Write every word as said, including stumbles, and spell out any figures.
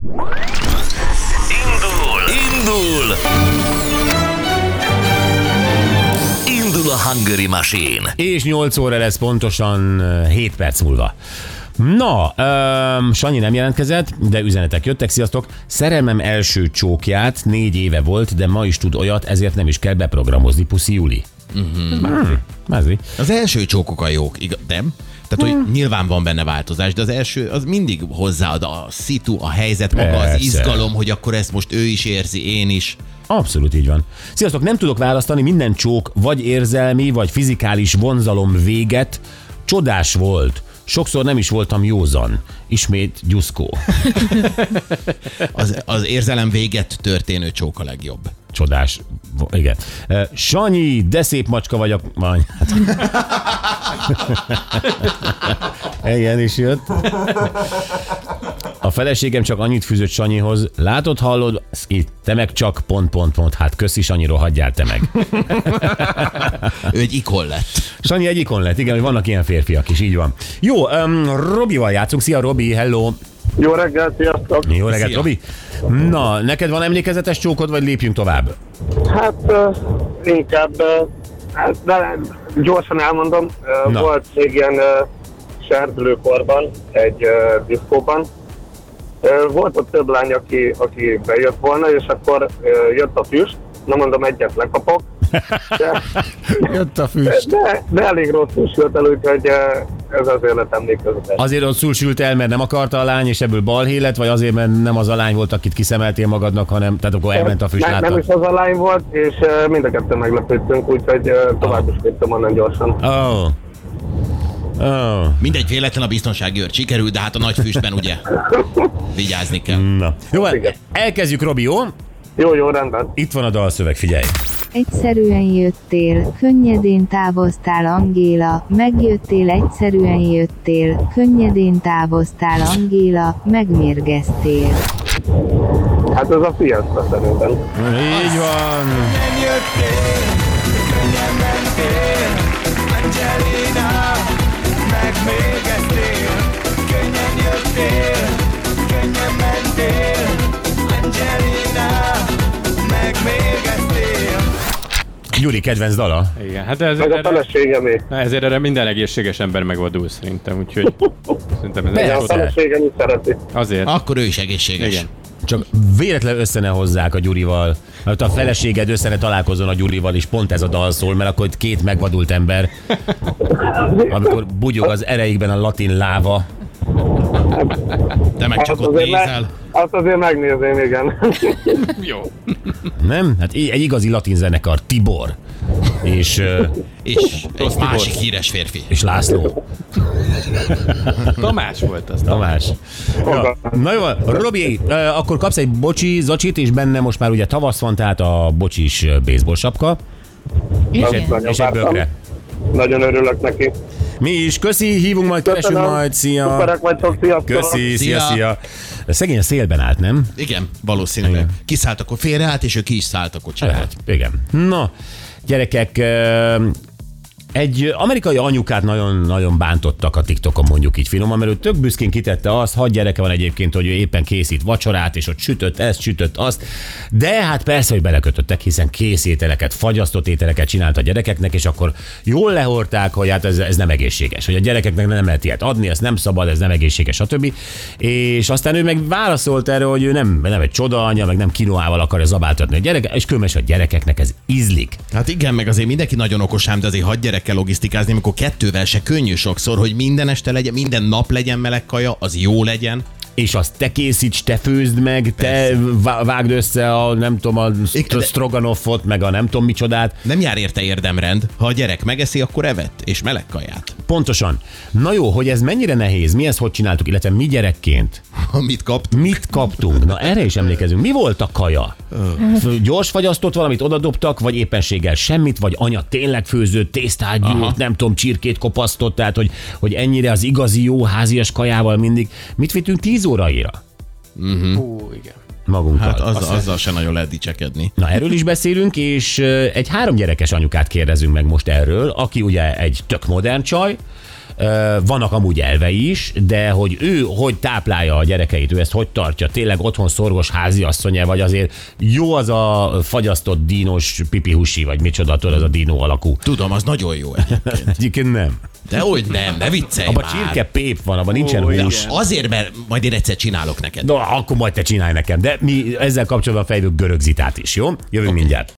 Indul! Indul! Indul a Hungary Machine. És nyolc óra lesz pontosan hét perc múlva. Na, um, Sanyi nem jelentkezett, de üzenetek jöttek. Sziasztok! Szerelmem első csókját négy éve volt, de ma is tud olyat, ezért nem is kell beprogramozni. Puszi Juli. Uh-huh. Hmm, az első csókok a jók, igaz, nem? Tehát, hogy nyilván van benne változás, de az első, az mindig hozzáad a szitu, a helyzet, maga Persze. az izgalom, hogy akkor ezt most ő is érzi, én is. Abszolút így van. Sziasztok, nem tudok választani, minden csók vagy érzelmi, vagy fizikális vonzalom véget. Csodás volt. Sokszor nem is voltam józan. Ismét Gyuszkó. Az, az érzelem véget történő csók a legjobb. Csodás. Igen. Sanyi, de szép macska vagy a... Igen, is jött. A feleségem csak annyit fűzött Sanyihoz. Látod, hallod? Itt, te meg csak pont, pont, pont. Hát köszi, Sanyi, rohadjál te meg. Ő egy ikon lett. Sanyi egy ikon lett, igen, hogy vannak ilyen férfiak is, így van. Jó, um, Robival játszunk. Szia, Robi, hello. Jó reggelt, sziasztok! Jó reggelt, Szia. Robi. Na, neked van emlékezetes csókod, vagy lépjünk tovább? Hát uh, inkább, uh, hát, de gyorsan elmondom, uh, Na. volt még ilyen uh, serdülőkorban egy uh, diszkóban. Uh, volt ott több lány, aki, aki bejött volna, és akkor uh, jött a füst, na mondom, egyet lekapok. De, Jött a füst. de, de elég rosszul sült el, úgyhogy uh, ez az élet emlékezetes. Azért rosszul sült el, mert nem akarta a lány, és ebből balhé lett, vagy azért, mert nem az a lány volt, akit kiszemeltél magadnak, hanem tehát akkor elment a füst, nem, nem láttad. is az a lány volt, és uh, mind a ketten meglepődtünk, úgyhogy uh, tovább is vittem onnan gyorsan. Oh. Oh. Mindegy, véletlen a biztonsági őr sikerült, de hát a nagy füstben ugye vigyázni kell. Na. Jó, hát Igen. elkezdjük, Robi, jó? Jó, jó, rendben. Itt van a dalszöveg, figyelj. Egyszerűen jöttél, könnyedén távoztál, Angéla, megjöttél, egyszerűen jöttél, könnyedén távoztál, Angéla, megmérgeztél. Hát ez a Fiesta szerintem. Így van. Gyuri kedvenc dala. Igen, hát ez, Meg a erre, feleségemé. ezért erre minden egészséges ember megvadul szerintem, úgyhogy szerintem ez De egy a oda. feleségem is szereti. Azért. Akkor ő is egészséges. Igen. Csak véletlenül össze ne hozzák a Gyurival. Mert a feleséged össze ne találkozzon a Gyurival, és pont ez a dal szól, mert akkor itt két megvadult ember, amikor bugyog az ereikben a latin láva. Te meg csak Azt ott azért, nézel. me- azt azért megnézném, igen. Jó. Nem? Hát egy igazi latin zenekar, Tibor. És, ö, És egy másik híres férfi. és László. Tamás volt az. Tamás. Ja. Na jó, Robi, ö, akkor kapsz egy bocsi zacsit, és benne most már ugye tavasz van, tehát a bocsis baseball sapka. És egy, Nagyon és egy vártam. bögre. Nagyon örülök neki. Mi is, köszi, hívunk majd, keresünk Köszönöm. majd, szia. Szuperek vagytok, sziasztok. Köszi, szia, Szia. szia. Szegény a szélben állt, nem? Igen, valószínűleg. Igen. Kiszállt akkor félreállt, és ő ki is szállt a kocsiból. Hát, igen. Na, gyerekek, ö, egy amerikai anyukát nagyon-nagyon bántottak a TikTokon, mondjuk így finoman, mert ő tök büszkén kitette azt, hat gyereke van egyébként, hogy ő éppen készít vacsorát, és ott sütött ezt, sütött azt, de hát persze, hogy belekötöttek, hiszen kész ételeket, fagyasztott ételeket csinált a gyerekeknek, és akkor jól lehorták, hogy hát ez, ez nem egészséges, hogy a gyerekeknek nem lehet ilyet adni, ez nem szabad, ez nem egészséges, stb. És aztán ő meg válaszolt erre, hogy ő nem, nem egy csoda anya, meg nem kinoával akarja zabáltatni a gyerek, és különös a gyerekeknek ez ízlik. Hát igen, meg azért mindenki nagyon okos ám, de azért hadd gyerekkel logisztikázni, amikor kettővel se könnyű sokszor, hogy minden este legyen, minden nap legyen meleg kaja, az jó legyen. És azt te készíts, te főzd meg, Persze. te vá- vágd össze a nem tudom, a Igen, de- stroganoffot, meg a nem tudom micsodát. Nem jár érte érdemrend. Ha a gyerek megeszi, akkor evett, és meleg kaját. Pontosan. Na jó, hogy ez mennyire nehéz, mi ezt hogy csináltuk, illetve mi gyerekként Amit kapt. mit kaptunk? Na erre is emlékezünk. Mi volt a kaja? Gyors fagyasztott valamit odadobtak, vagy éppenséggel semmit, vagy anya tényleg főzött, tésztát gyújt, nem tudom, csirkét kopasztott, tehát hogy, hogy ennyire az igazi jó házias kajával mindig. Mit vittünk tíz óraira? Hú, igen. Magunkkal. Hát az, azzal se nagyon lehet dicsekedni. Na, erről is beszélünk, és ö, egy három gyerekes anyukát kérdezünk meg most erről, aki ugye egy tök modern csaj, Vannak amúgy elvei is, de hogy ő hogy táplálja a gyerekeit, ő ezt hogy tartja, tényleg otthon szorgos háziasszonya, vagy azért jó az a fagyasztott dínos pipihusi, vagy micsoda, tudod, az a dínó alakú. Tudom, az nagyon jó egyébként. Egyébként nem. Dehogy nem, ne viccelj Abban már. csirke pép van, abban nincsen Ó, hús. igen. Azért, mert majd én egyszer csinálok neked. No, akkor majd te csinálj nekem, de mi ezzel kapcsolatban fejlődünk görög zitát is, jó? Jövünk okay. mindjárt.